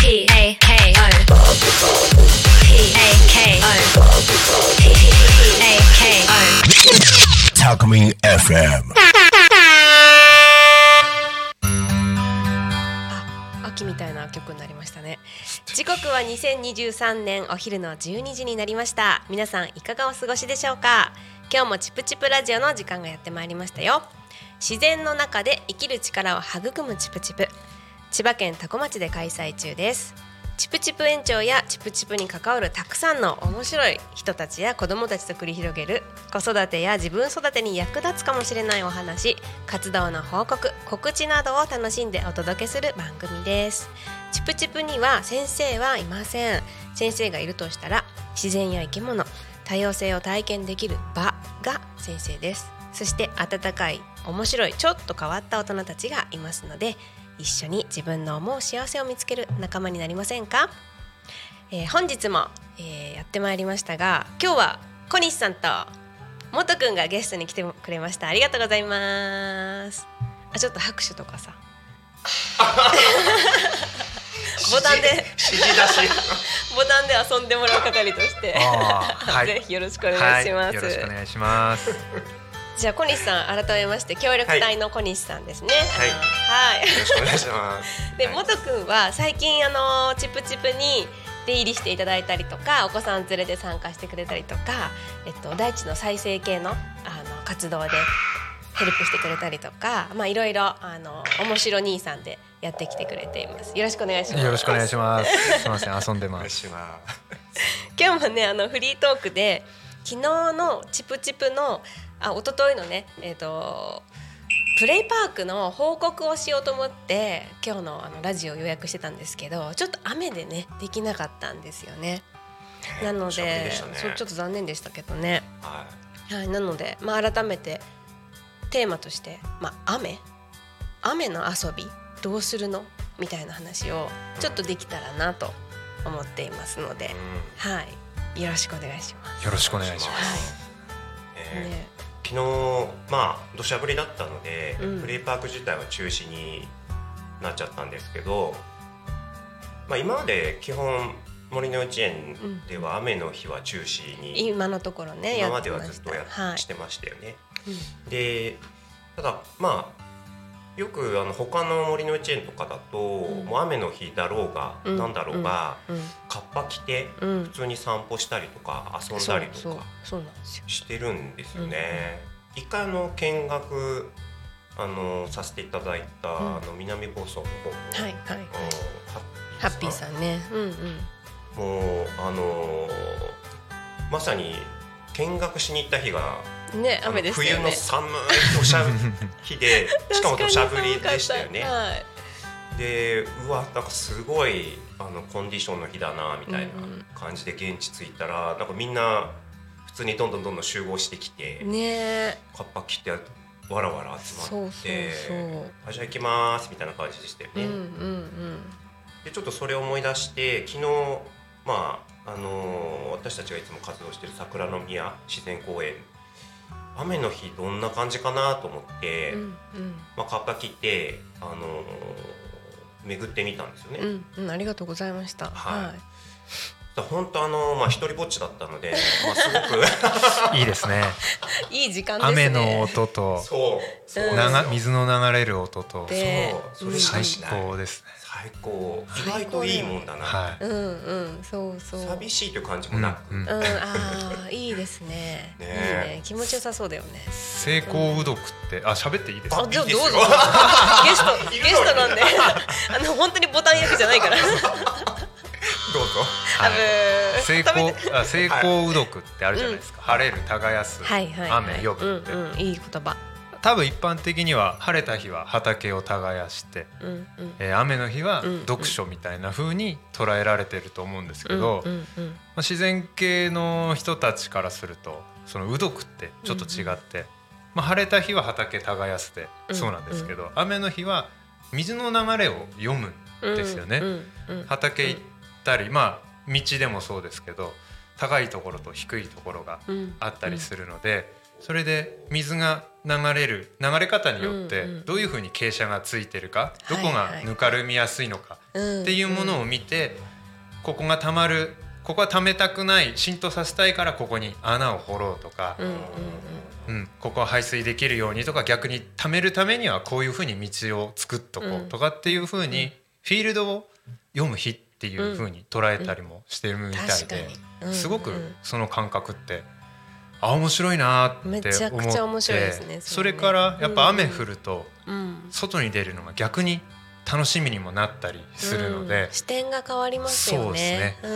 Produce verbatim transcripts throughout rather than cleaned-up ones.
P A K O P A K O P A K O タコミン エフエム。 あ、秋みたいな曲になりましたね。時刻はにせんにじゅうさんねんお昼のじゅうにじになりました。皆さんいかがお過ごしでしょうか。今日もチプチプラジオの時間がやってまいりましたよ。自然の中で生きる力を育むチプチプ、千葉県多古町で開催中です。チプチプ園長やチプチプに関わるたくさんの面白い人たちや子どもたちと繰り広げる子育てや自分育てに役立つかもしれないお話、活動の報告、告知などを楽しんでお届けする番組です。チプチプには先生はいません。先生がいるとしたら自然や生き物、多様性を体験できる場が先生です。そして温かい、面白い、ちょっと変わった大人たちがいますので、一緒に自分の思う幸せを見つける仲間になりませんか。えー、本日も、えー、やってまいりましたが、今日は小西さんと元くんがゲストに来てくれました。ありがとうございます。あ、ちょっと拍手とかさボタンで指示出しボタンで遊んでもらう係としてはい、ぜひよろしくお願いします、はい、 よろしくお願いしますじゃあ小西さん、改めまして協力隊の小西さんですね。 はい、はい、よろしくお願いしますで、元くんは最近あのチプチプに出入りしていただいたりとか、お子さん連れて参加してくれたりとか、えっと、大地の再生系の、あの活動でヘルプしてくれたりとか、まあ、いろいろあの面白兄さんでやってきてくれています。よろしくお願いします。 よろしくお願いしますすみません、遊んでます。 今日もね、あのフリートークで昨日のチプチプのあ一昨日のね、えーと、プレイパークの報告をしようと思って今日 の, あのラジオを予約してたんですけど、ちょっと雨でねできなかったんですよね。なので、ね、そうちょっと残念でしたけどね、はいはい、なので、まあ、改めてテーマとして、まあ、雨雨の遊びどうするのみたいな話をちょっとできたらなと思っていますので、うん、はい、よろしくお願いします。 よろしくお願いします、 はい、ね、昨日、まあ土砂降りだったので、うん、プレイパーク自体は中止になっちゃったんですけど、まあ、今まで基本森の幼稚園では雨の日は中止に、 うん、今のところね、 今まではずっとや、はい、してましたよね、うん、でただまあよくあの他の森の幼稚園とかだと、うん、もう雨の日だろうが、うん、なんだろうが、うん、カッパ着て普通に散歩したりとか遊んだりとかしてるんですよね。一回あの見学あのさせていただいた、うん、あの南房総の方、 はいはい、ハッピーさんね、うんうん、 もうあのまさに見学しに行った日がね、雨でしたよね。 冬の寒い土砂日でしかも土砂降りでしたよね、はい、でうわなんかすごいあのコンディションの日だなみたいな感じで現地着いたら、なんかみんな普通にどんどんどんどん集合してきて、ね、カッパ着てわらわら集まって、そうそうそう、あ、じゃあ行きますみたいな感じでしたよね、うんうんうん、でちょっとそれを思い出して昨日、まああのー、私たちがいつも活動している桜の宮自然公園、雨の日どんな感じかなと思って、うんうん、まあ、カッパ着て、あのー、巡ってみたんですよね、 うんうん、ありがとうございました、はいはい、 本当あの、まあ、一人ぼっちだったので、まあ、すごくいいですねいい時間ですね。 雨の音とそうそう、 うん、水の流れる音と、 そう、それ最高ですね。 最高、意外といいもんだな、はい、 うんうん、そうそう、 寂しいという感じもなく、うんうん、 あいいですね、ね、いいね、気持ちよさそうだよね。 成功うどくって、あ、喋っていいですか。 あ、じゃあどうぞゲストゲストなんであの本当にボタン役じゃないからどうぞ、 はい、成功あ成功うどくってあるじゃないですか、うん、晴れる、耕す、はいはいはい、雨呼ぶって、うんうん、 いい言葉。 多分一般的には晴れた日は畑を耕して、うんうん、えー、雨の日は読書みたいな風に捉えられてると思うんですけど、うんうんうん、まあ、自然系の人たちからするとそのうどくってちょっと違って、うんうん、まあ、晴れた日は畑耕すでそうなんですけど、うんうん、雨の日は水の流れを読むんですよね、うんうんうん、畑行ったり、まあ道でもそうですけど高いところと低いところがあったりするので、 それで水が流れる流れ方によってどういうふうに傾斜がついてるか、どこがぬかるみやすいのかっていうものを見て、ここがたまる、ここは溜めたくない、浸透させたいからここに穴を掘ろうとか、うんうん、ここは排水できるようにとか、逆に溜めるためにはこういうふうに道を作っとこうとかっていうふうにフィールドを読む日っていうふうに捉えたりもしてるみたいで、すごくその感覚ってあ面白いなって思って、 めちゃくちゃ面白いですね。 それからやっぱ雨降ると外に出るのが逆に楽しみにもなったりするので、 うん、視点が変わりますよね。 そうですね、うん、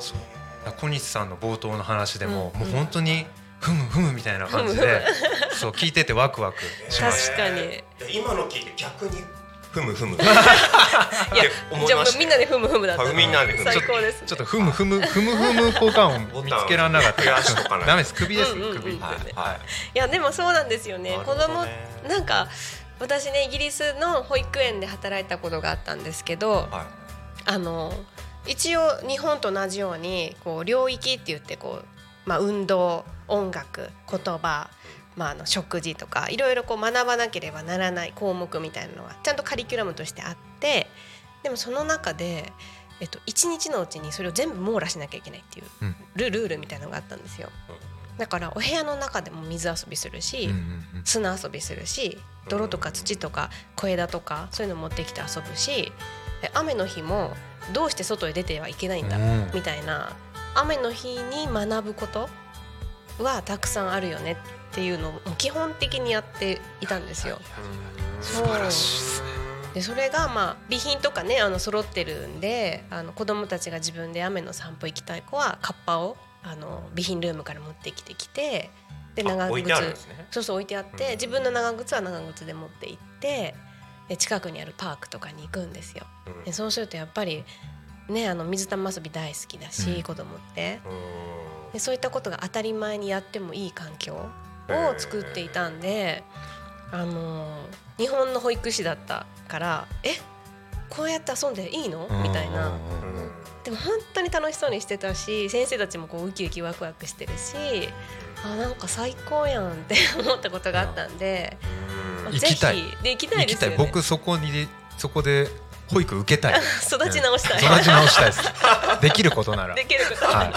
そう小西さんの冒頭の話でも、うん、もう本当にふむふむみたいな感じでそう聞いててワクワクしました。 確かに今の聞いて逆にふむふむいやじゃあみんなでふむふむだったみんなでふむ最高ですね。 ちょっとふむふむふむふむ交換を見つけられなかったダメです、首です、 うんうんうん、 首、 はいはい、いやでもそうなんですよね。子供なんか私ねイギリスの保育園で働いたことがあったんですけど、はい、あの一応日本と同じようにこう領域って言ってこう、まあ、運動、音楽、言葉、まあ、あの食事とかいろいろこう学ばなければならない項目みたいなのがちゃんとカリキュラムとしてあって、でもその中で、えっと、いちにちのうちにそれを全部網羅しなきゃいけないっていうルールみたいなのがあったんですよ。だからお部屋の中でも水遊びするし、うんうんうん、砂遊びするし、泥とか土とか小枝とかそういうの持ってきて遊ぶし、雨の日もどうして外へ出てはいけないんだ、うん、みたいな、雨の日に学ぶことはたくさんあるよねっていうのを基本的にやっていたんですよ。 素晴らしいですね。 でそれがまあ備品とかねあの揃ってるんで、あの子どもたちが自分で雨の散歩行きたい子はカッパをあの備品ルームから持ってきてきて、で長靴、ね、そうそう置いてあって、うん、自分の長靴は長靴で持って行ってで近くにあるパークとかに行くんですよ、うん、でそうするとやっぱりねあの水玉遊び大好きだし、うん、子供ってでそういったことが当たり前にやってもいい環境を作っていたんで、あの日本の保育士だったからえこうやって遊んでいいのみたいな、でも本当に楽しそうにしてたし、先生たちもこうウキウキワクワクしてるし、あなんか最高やんって思ったことがあったんで、 うん、ぜひ行きたいで行きたいですよね。 僕そこにそこで保育受けたい育ち直したい、 育ち直したいですできることならできることなら、はい、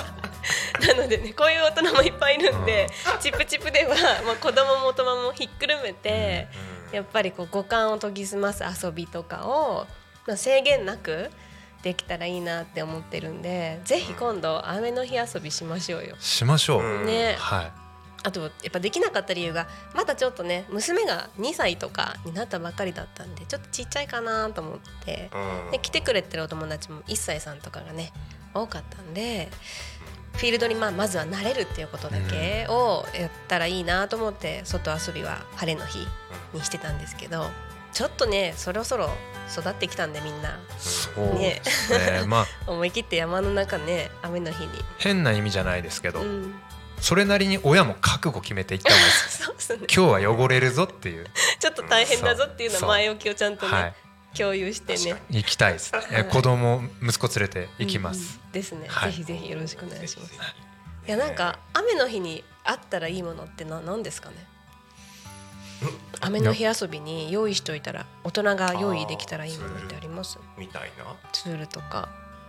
なのでねこういう大人もいっぱいいるんで、うん、チップチップでは、まあ、子供も大人もひっくるめて、うん、やっぱりこう五感を研ぎ澄ます遊びとかを、まあ、制限なくできたらいいなって思ってるんで、ぜひ今度雨の日遊びしましょうよ。 しましょう、 ね、 はい。 あとやっぱできなかった理由がまだちょっとね娘がにさいとかになったばっかりだったんでちょっとちっちゃいかなと思って、で来てくれてるお友達もいっさいさんとかがね多かったんで、フィールドにまあまずは慣れるっていうことだけをやったらいいなと思って外遊びは晴れの日にしてたんですけど、ちょっとねそろそろ育ってきたんでみんなそうですね、まあ、 思い切って山の中ね雨の日に変な意味じゃないですけど、 うん、 それなりに親も覚悟決めていったんですそうですね、 今日は汚れるぞっていうちょっと大変だぞっていうの前置きをちゃんとね、はい、共有してね行きたいです、はい、子供息子連れて行きます、 うん、ですね、 はい、 ぜひぜひよろしくお願いします。いやなんか雨の日にあったらいいものって何ですかね。雨の日遊びに用意しといたら大人が用意できたらいいものってあります？ みたいなツールとか。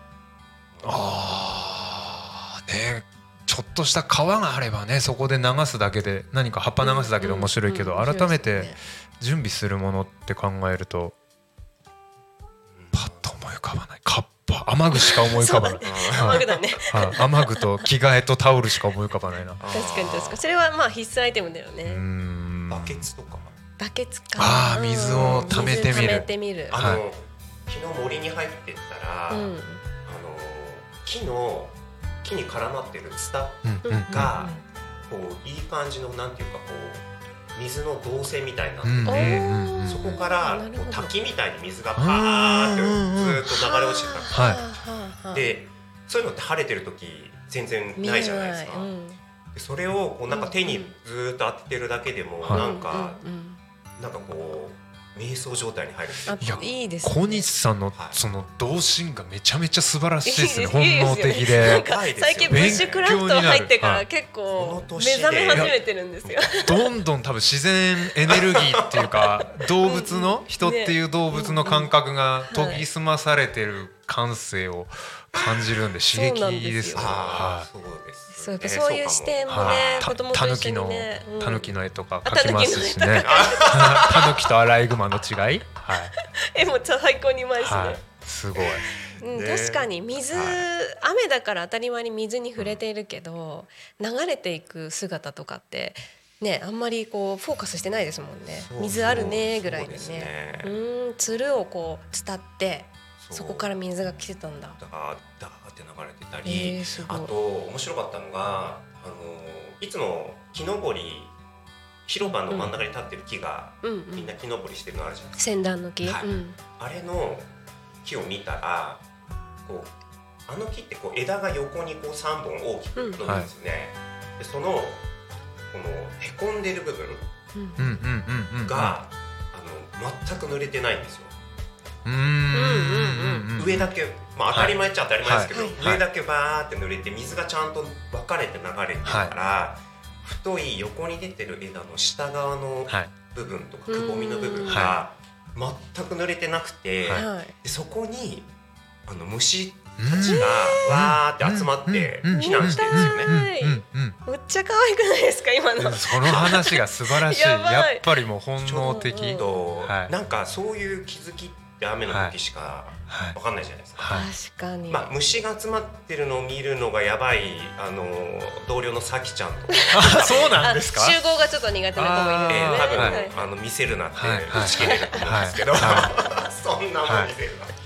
ああね、ちょっとした川があればね、そこで流すだけで何か葉っぱ流すだけで面白いけど、うんうんうん、改めて準備するものって考えるとパッと思い浮かばない。カッパ、雨具しか思い浮かばない。 雨具だね。 雨具と着替えとタオルしか思い浮かばないな。 確かに確かに。それはまあ必須アイテムだよね。 うーん、 バケツとか。 バケツか。 ああ、水を溜めてみる。 溜めてみる。 あの、はい、昨日森に入ってったら、うん、あの木の木に絡まってるツタが、うんうん、こういい感じのなんていうかこう水の導線みたいになってて、うん、そこからこう滝みたいに水がパーってずっと流れ落ちてたんです、はい、でそういうのって晴れてる時全然ないじゃないですか、うん、でそれをこうなんか手にずっと当ててるだけでもなんか、うんうん、なんかこう瞑想状態に入るんですよ。 いやいいですね。 小西さんのその童心がめちゃめちゃ素晴らしいですね。 いい本能的で。 なんか最近ブッシュクラフト入ってから結構目覚め始めてるんですよ。 どんどん多分自然エネルギーっていうか動物の人っていう動物の感覚が研ぎ澄まされてる感性を感じるんで刺激ですね。 はい。そうです。 そうやっぱそういう視点もね、子供と一緒にね、 タヌキの絵とか描きますしね。タヌキとアライグマの違い、はい、 絵も最高にうまいしね、はい、 すごい、 うん、確かに水、はい、雨だから当たり前に水に触れているけど、流れていく姿とかってね、あんまりこうフォーカスしてないですもんね。水あるねぐらいでね。うん、つるをこう伝ってそこから水が来てたんだ。 だからダーって流れてたり、えー、あと面白かったのが、あのいつも木登り広場の真ん中に立ってる木が、うんうん、みんな木登りしてるのあるじゃないですか。 仙段の木、 はい、 うん、 あれの木を見たら、こうあの木ってこう枝が横にこうさんぼん大きく伸びるんですよね。うん、でそのこのへこんでる部分が全く濡れてないんですよ。 うーん、 上だけ、まあ、当たり前っちゃ当たり前ですけど、はいはい、上だけバーって濡れて水がちゃんと分かれて流れてるから、はい、太い横に出てる枝の下側の部分とか、はい、くぼみの部分が全く濡れてなくて、はい、でそこにあの虫たちがわーって集まって避難してるんですよね。 めっちゃ可愛くないですか今の。 その話が素晴らしい。や, やっぱりもう本能的と、はい、なんかそういう気づきって雨の時しか分かんないじゃないですか。 はいはい、確かに、 まあ、虫が集まってるのを見るのがやばいあの同僚のさきちゃんとかそうなんですか。 集合がちょっと苦手な子もいるんで、ね、 多分、 はい、 あの見せるなって打ち切れると思うんですけど、はいはい、そんなもん見せるな、はい、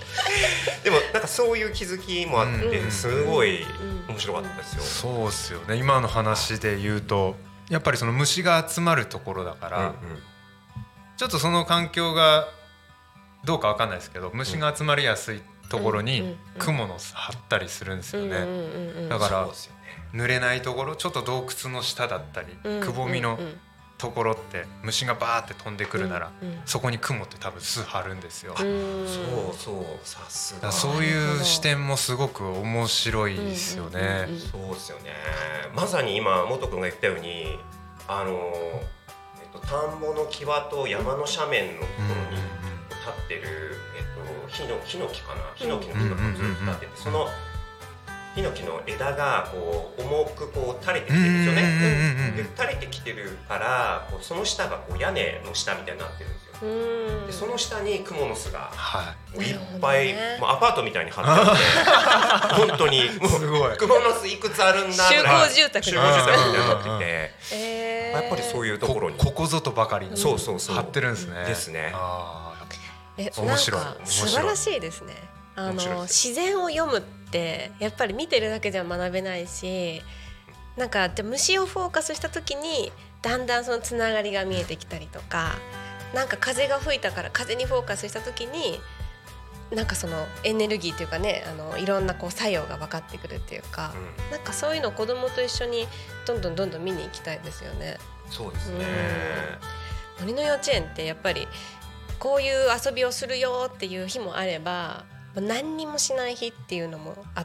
でもなんかそういう気づきもあってすごい面白かったですよ。 そうですよね。今の話で言うとやっぱりその虫が集まるところだから、うんうん、ちょっとその環境がどうかわかんないですけど、虫が集まりやすいところに蜘蛛の張ったりするんですよね。だから濡れないところ、ちょっと洞窟の下だったりくぼみのところって虫がバーって飛んでくるなら、うんうん、そこに雲って多分巣張るんですよ。 そうそう、さすが。 そういう視点もすごく面白いですよね。 そうですよね。まさに今元君が言ったように、あの、えっと、田んぼの際と山の斜面のところに立ってる、えっと、ヒノ、ヒノキかな、ヒノキの木がずっと立ってて、そのヒノキの枝がこう重くこう垂れてきてるんですよね。で垂れてきてるからこうその下がこう屋根の下みたいになってるんですよ。でその下に蜘蛛の巣がもういっぱい、もうアパートみたいに張ってあって本当にもう蜘蛛の巣いくつあるんだぐらい集合住宅集合住宅みたいになってて、えー、やっぱりそういうところにこ, ここぞとばかりにそうそうそう張ってるんですね。 ですね。 あえ面白い。なんか素晴らしいですね。あの自然を読むってやっぱり見てるだけじゃ学べないし、なんかじゃ虫をフォーカスした時にだんだんそのつながりが見えてきたりとか、なんか風が吹いたから風にフォーカスした時になんかそのエネルギーというかね、あのいろんなこう作用が分かってくるっていうか、うん、なんかそういうのを子供と一緒にどんどんどんどん見に行きたいですよね。 そうですね。 森の幼稚園ってやっぱりこういう遊びをするよっていう日もあれば何にもしない日っていうのもあって、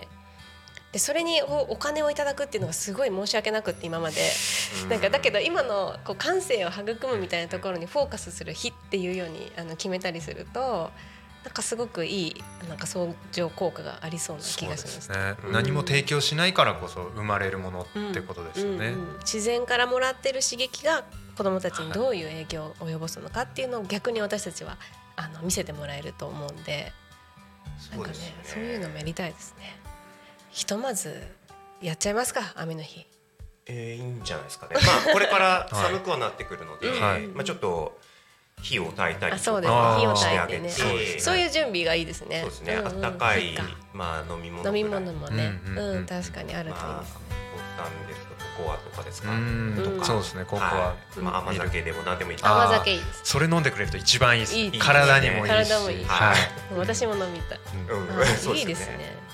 でそれにお金をいただくっていうのがすごい申し訳なくって今までなんかだけど今のこう感性を育むみたいなところにフォーカスする日っていうようにあの決めたりするとなんかすごくいいなんか相乗効果がありそうな気がします。 そうですね、うん、何も提供しないからこそ生まれるものってことですよね、うんうんうん、 自然からもらってる刺激が子どもたちにどういう影響を及ぼすのかっていうのを逆に私たちはあの見せてもらえると思うんで、なんかね、そういうのもやりたいですね。ひとまずやっちゃいますか、雨の日。 えー、いいんじゃないですかね。まあこれから寒くはなってくるので、はい、まあちょっと火を焚いたりとか、 ね、火を焚いてね、 そうですね、 そういう準備がいいですね。 そうですね、うんうん、温かいまあ飲み物飲み物もね、うん、うんうん、確かにあるといいですね。まあ、 ボタンですとココアとかですか。 うんとかそうですね、ココア、はい、 まあ甘酒でも何でもいい。 甘酒いいです。 それ飲んでくれると一番いいです。いい体にもいいし、 体もいいし、はい、私も飲みたい。 うん、 いいですね。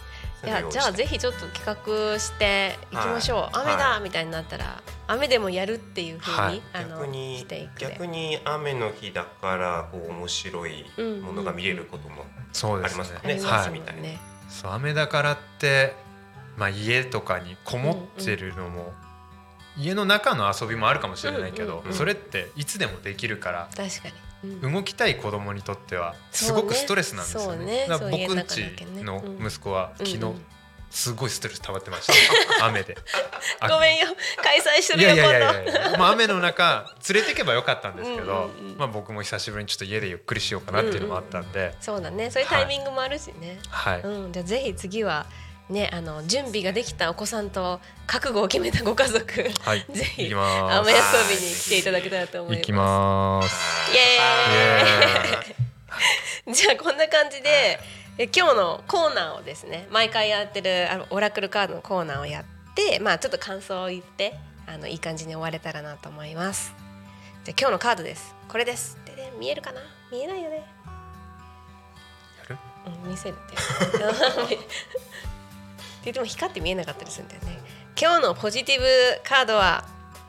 いやじゃあぜひちょっと企画していきましょう、はい、雨だみたいになったら雨でもやるっていう風に、はい、あの逆にしていく逆に雨の日だからこう面白いものが見れることもありますよね、 うんうんうん、 はい、みたいな、ね、 そう雨だからって、まあ、家とかにこもってるのも、うんうん、家の中の遊びもあるかもしれないけど、うんうんうん、それっていつでもできるから確かに、 うん、動きたい子供にとってはすごくストレスなんですよね。 ねだから僕んちの息子は昨日すごいストレス溜まってました雨でごめんよ開催してるよいやいやいやいや、まあ、雨の中連れてけばよかったんですけどうんうん、うん、まあ、僕も久しぶりにちょっと家でゆっくりしようかなっていうのもあったんで、うんうん、 そうだねそういうタイミングもあるしね、 はい、 うん、じゃあぜひ次はね、あの準備ができたお子さんと覚悟を決めたご家族、 はい、 ぜひ雨遊びに来ていただけたらと思います。 行きます。 イエーイじゃあこんな感じでえ今日のコーナーをですね毎回やってるあのオラクルカードのコーナーをやって、まあ、ちょっと感想を言ってあのいい感じに終われたらなと思います。じゃあ今日のカードですこれですで、ね、見えるかな見えないよねやる、 うん、見せるってでも光って見えなかったりするんだよね。今日のポジティブカードは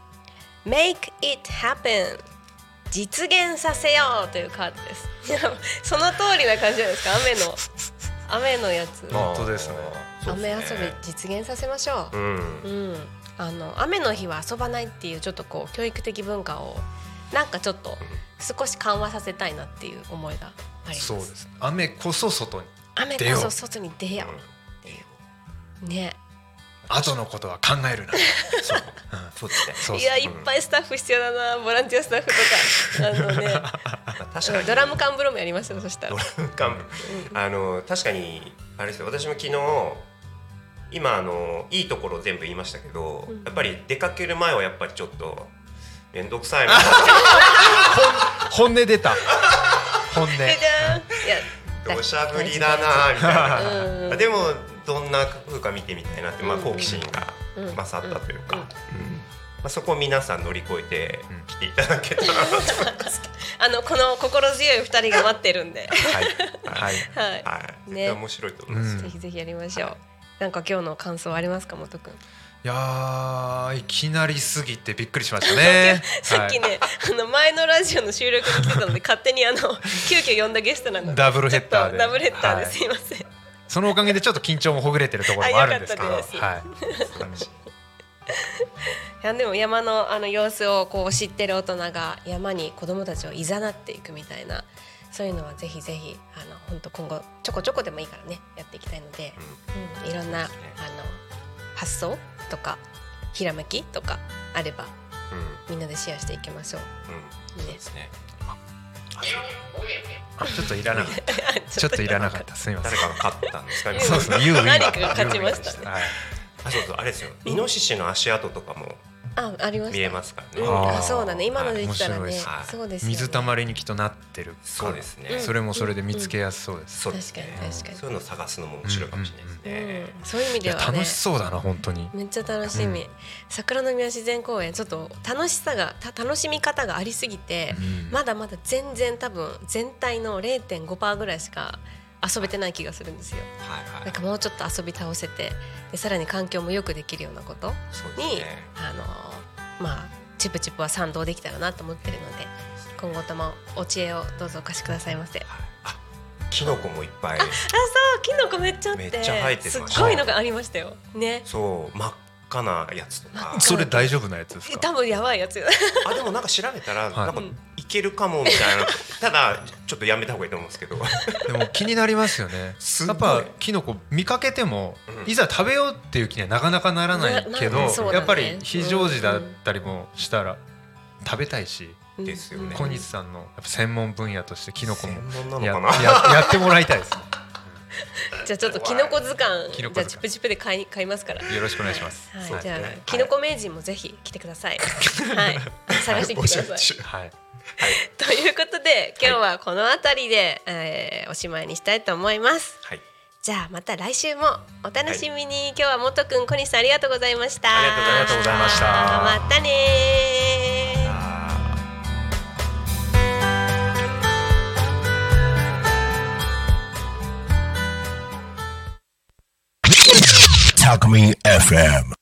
Make it happen 実現させようというカードです。その通りな感じじゃないですか。雨の雨のやつ本当ですね。 雨遊び実現させましょう、うんうん、あの雨の日は遊ばないっていうちょっとこう教育的文化をなんかちょっと少し緩和させたいなっていう思いがあります。 そうです。雨こそ外に雨こそ外に出ようっていうね。 後のことは考えるな。そう、 そうですね。そういやいっぱいスタッフ必要だな。ボランティアスタッフとかあのね確かにドラム缶風呂もやりましたよ。そしたらドラム缶風呂、うん、あの確かにあれですよ。私も昨日今あのいいところ全部言いましたけど、うん、やっぱり出かける前はやっぱりちょっとめんどくさいな本音出た本音いや土砂降りだなみたいな、うん、でもどんな風か見てみたいなって、まあ、好奇心が勝ったというか、うんうんまあ、そこを皆さん乗り越えて来ていただけたらなと思います。 あのこの心強いふたりが待ってるんではいはいはい、はい、ね、面白いと思います、うん、 ぜひぜひやりましょう、はい、なんか今日の感想ありますか元くん。 いやいきなりすぎてびっくりしましたねさっきね、はい、あの前のラジオの収録に来てたので勝手にあの急遽呼んだゲストなのでダブルヘッダーでダブルヘッダーですいません、はい、 そのおかげでちょっと緊張もほぐれてるところもあるんですけど、はい、 いやでも山 の, あの様子をこう知ってる大人が山に子どもたちをいざなっていくみたいなそういうのはぜひぜひあの本当今後ちょこちょこでもいいからねやっていきたいので、うんうん、いろんな、ね、あの発想とかひらめきとかあれば、うん、みんなでシェアしていきましょう、 うん、ね、そうですね。 あちょっといらなかったちょっといらなかったすみません。 誰かが勝ったんですかね。 そうそうユー何かが勝ちましたね。 はい、あそうそうあれですよ、イノシシの足跡とかもあありま見えますからね。 うん、あそうだね今のできたらね、はい、そうですよね、 水たまりにきっとなってる。 そうですね。 それもそれで見つけやすそうです。 そうですね。確かに確かに。そういうのを探すのも面白いかもしれないですね。 うん、そういう意味ではね楽しそうだな本当に。 めっちゃ楽しみ。うん、桜の宮自然公園ちょっと楽しさが楽しみ方がありすぎて、うん、まだまだ全然多分全体の れいてんごパーセント ぐらいしか遊べてない気がするんですよ。はいはい、なんかもうちょっと遊び倒せてでさらに環境もよくできるようなことに、ね、あのまあチプチプは賛同できたらなと思ってるので今後ともお知恵をどうぞお貸しくださいませ。 あキノコもいっぱいあ, あそうキノコめっちゃあってめっちゃ生えてました。 すごいのがありましたよね。 そう真っ赤なやつとかそれ大丈夫なやつですか。 多分やばいやつあでもなんか調べたらなんかいけるかもみたいなただちょっとやめた方がいいと思うんですけどでも気になりますよね。やっぱキノコ見かけても、うん、いざ食べようっていう気にはなかなかならないけど、ね、やっぱり非常時だったりもしたら食べたいし、 うん、ですよね。 小西さんのやっぱ専門分野としてキノコもや, や, やってもらいたいですねじゃあちょっとキノコ図鑑じゃあチプチプで買い買いますからよろしくお願いします、 はいはい、じゃあ、はい、キノコ名人もぜひ来てくださいはい探してきてくださいはい、はい、ということで今日はこのあたりで、はいえー、おしまいにしたいと思います、はい、じゃあまた来週もお楽しみに、はい、今日は元くん小西さんありがとうございました。 ありがとうございました。 またね Talk Me エフエム